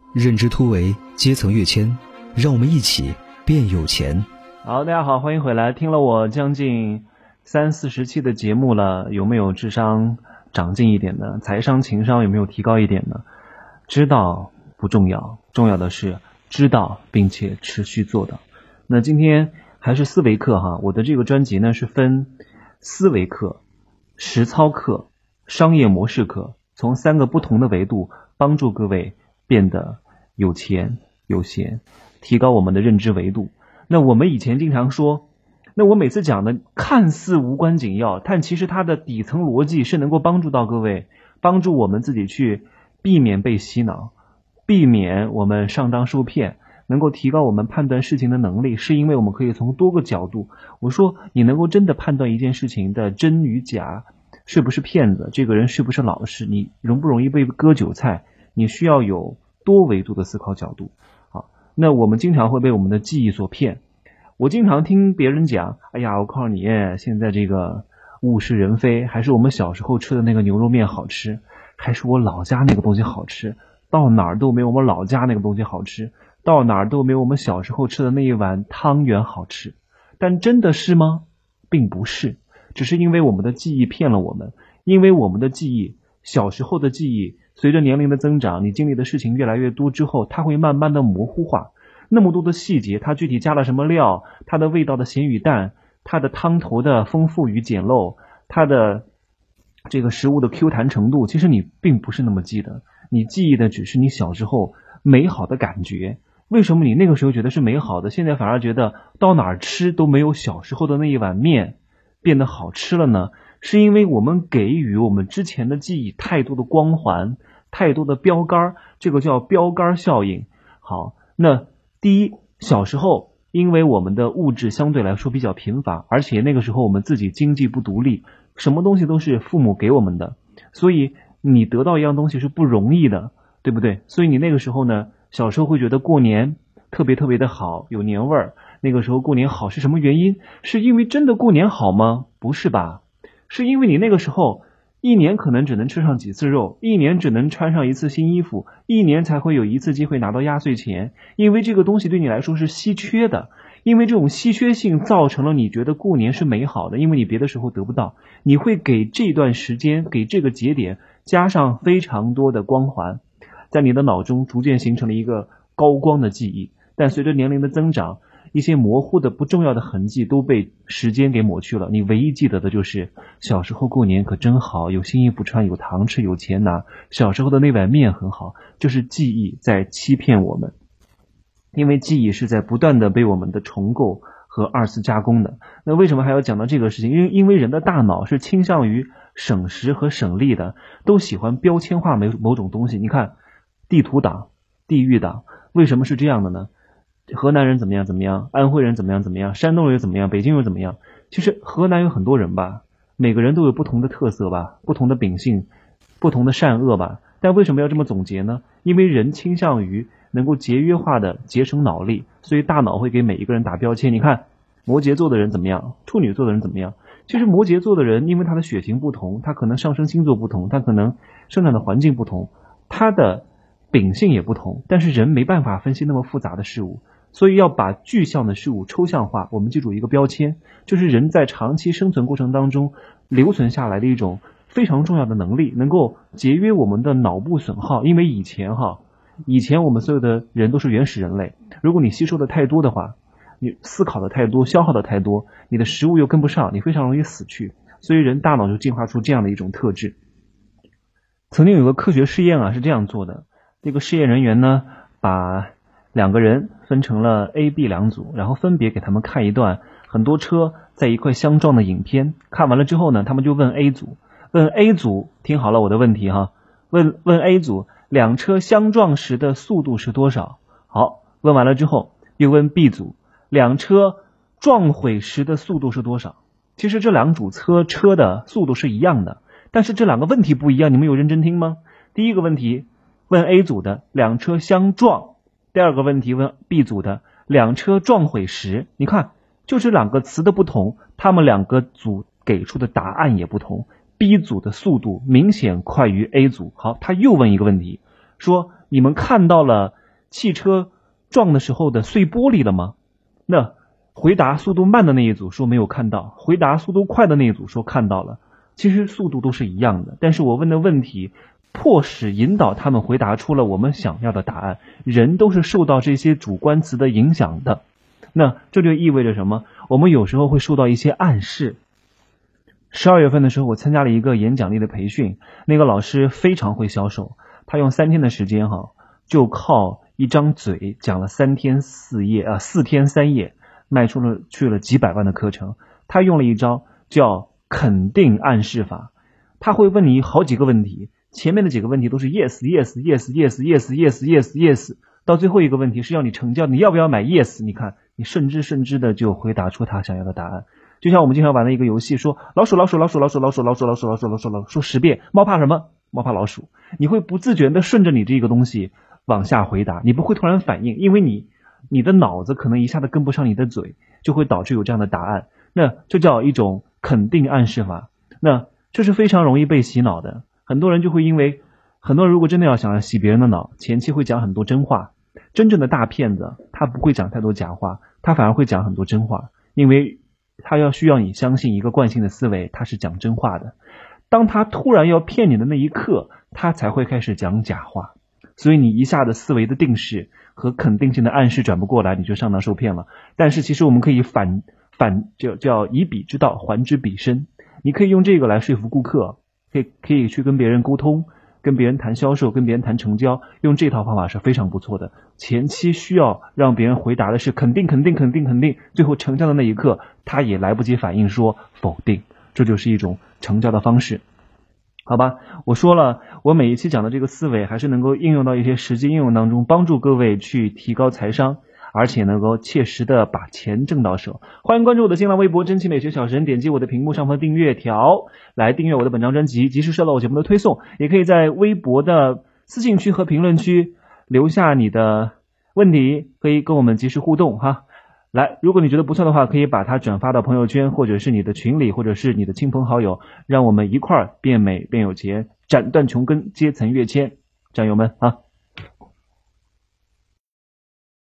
认知突围，阶层跃迁，让我们一起变有钱。 好，大家好，欢迎回来。听了我将近30-40期的节目了，有没有智商长进一点的？财商情商有没有提高一点呢？知道不重要，重要的是知道并且持续做到。那今天还是思维课哈，我的这个专辑呢是分思维课、实操课、商业模式课，从3个不同的维度帮助各位变得有钱有闲，提高我们的认知维度。那我们以前经常说，那我每次讲的看似无关紧要，但其实它的底层逻辑是能够帮助到各位，帮助我们自己去避免被洗脑，避免我们上当受骗，能够提高我们判断事情的能力，是因为我们可以从多个角度，我说你能够真的判断一件事情的真与假，是不是骗子，这个人是不是老实，你容不容易被割韭菜，你需要有多维度的思考角度。好，那我们经常会被我们的记忆所骗。我经常听别人讲，哎呀，我告诉你，现在这个物是人非，还是我们小时候吃的那个牛肉面好吃，还是我老家那个东西好吃，到哪儿都没有我们老家那个东西好吃，到哪儿都没有我们小时候吃的那一碗汤圆好吃。但真的是吗？并不是，只是因为我们的记忆骗了我们，因为我们的记忆，小时候的记忆随着年龄的增长，你经历的事情越来越多之后，它会慢慢的模糊化。那么多的细节，它具体加了什么料，它的味道的咸与淡，它的汤头的丰富与简陋，它的这个食物的 Q 弹程度，其实你并不是那么记得，你记忆的只是你小时候美好的感觉。为什么你那个时候觉得是美好的，现在反而觉得到哪儿吃都没有小时候的那一碗面变得好吃了呢？是因为我们给予我们之前的记忆太多的光环，太多的标杆，这个叫标杆效应。好，那第一，小时候因为我们的物质相对来说比较贫乏，而且那个时候我们自己经济不独立，什么东西都是父母给我们的，所以你得到一样东西是不容易的，对不对？所以你那个时候呢，小时候会觉得过年特别特别的好，有年味儿。那个时候过年好是什么原因？是因为真的过年好吗？不是吧？是因为你那个时候一年可能只能吃上几次肉，一年只能穿上一次新衣服，一年才会有一次机会拿到压岁钱，因为这个东西对你来说是稀缺的，因为这种稀缺性造成了你觉得过年是美好的，因为你别的时候得不到，你会给这段时间，给这个节点加上非常多的光环，在你的脑中逐渐形成了一个高光的记忆。但随着年龄的增长，一些模糊的不重要的痕迹都被时间给抹去了，你唯一记得的就是小时候过年可真好，有新衣服穿，有糖吃，有钱拿，小时候的那碗面很好，就是记忆在欺骗我们。因为记忆是在不断的被我们的重构和二次加工的。那为什么还要讲到这个事情？因为人的大脑是倾向于省时和省力的，都喜欢标签化某种东西。你看地图党、地域党，为什么是这样的呢？河南人怎么样怎么样，安徽人怎么样怎么样，山东人怎么样，北京人怎么样。其实河南有很多人吧，每个人都有不同的特色吧，不同的秉性，不同的善恶吧。但为什么要这么总结呢？因为人倾向于能够节约化的节省脑力，所以大脑会给每一个人打标签。你看摩羯座的人怎么样，处女座的人怎么样。其实摩羯座的人因为他的血型不同，他可能上升星座不同，他可能生长的环境不同，他的秉性也不同，但是人没办法分析那么复杂的事物，所以要把具象的事物抽象化。我们记住一个标签，就是人在长期生存过程当中留存下来的一种非常重要的能力，能够节约我们的脑部损耗。因为以前我们所有的人都是原始人类，如果你吸收的太多的话，你思考的太多，消耗的太多，你的食物又跟不上，你非常容易死去。所以人大脑就进化出这样的一种特质。曾经有个科学试验是这样做的，这个试验人员呢把2个人分成了 A、B 两组，然后分别给他们看一段很多车在一块相撞的影片。看完了之后呢，他们就问 A 组，听好了我的问题问 A 组，2车相撞时的速度是多少？好，问完了之后又问 B 组，2车撞毁时的速度是多少？其实这2组车的速度是一样的，但是这2个问题不一样，你们有认真听吗？第一个问题问 A 组的2车相撞，第二个问题问 B 组的2车撞毁时。你看就是2个词的不同，他们2个组给出的答案也不同。B 组的速度明显快于 A 组。好，他又问一个问题，说你们看到了汽车撞的时候的碎玻璃了吗？那回答速度慢的那一组说没有看到，回答速度快的那一组说看到了。其实速度都是一样的，但是我问的问题迫使引导他们回答出了我们想要的答案。人都是受到这些主观词的影响的。那这就意味着什么？我们有时候会受到一些暗示。12月份的时候，我参加了一个演讲力的培训，那个老师非常会销售，他用3天的时间就靠一张嘴讲了4天3夜，卖出了去了几百万的课程。他用了一招叫肯定暗示法，他会问你好几个问题，前面的几个问题都是 yes yes yes yes yes yes yes yes， 到最后一个问题是要你成交，你要不要买 yes， 你看你顺之的就回答出他想要的答案。就像我们经常玩的一个游戏，说老鼠老鼠老鼠老鼠老鼠老鼠老鼠老鼠老鼠老鼠，说10遍，猫怕什么？猫怕老鼠。你会不自觉的顺着你这个东西往下回答，你不会突然反应，因为你的脑子可能一下子跟不上你的嘴，就会导致有这样的答案。那这叫一种肯定暗示法。那这是非常容易被洗脑的，很多人就会因为很多人如果真的要想要洗别人的脑，前期会讲很多真话。真正的大骗子他不会讲太多假话，他反而会讲很多真话，因为他需要你相信一个惯性的思维，他是讲真话的。当他突然要骗你的那一刻，他才会开始讲假话。所以你一下的思维的定式和肯定性的暗示转不过来，你就上当受骗了。但是其实我们可以叫以彼之道还之彼身，你可以用这个来说服顾客，可以去跟别人沟通，跟别人谈销售，跟别人谈成交，用这套方法是非常不错的。前期需要让别人回答的是肯定肯定肯定肯定，最后成交的那一刻他也来不及反应说否定，这就是一种成交的方式。好吧，我说了，我每一期讲的这个思维还是能够应用到一些实际应用当中，帮助各位去提高财商，而且能够切实的把钱挣到手。欢迎关注我的新浪微博真奇美学小神，点击我的屏幕上方订阅条来订阅我的本张专辑，及时收到我节目的推送。也可以在微博的私信区和评论区留下你的问题，可以跟我们及时互动哈。来，如果你觉得不错的话，可以把它转发到朋友圈，或者是你的群里，或者是你的亲朋好友，让我们一块儿变美变有钱，斩断穷根，阶层跃迁，战友们啊！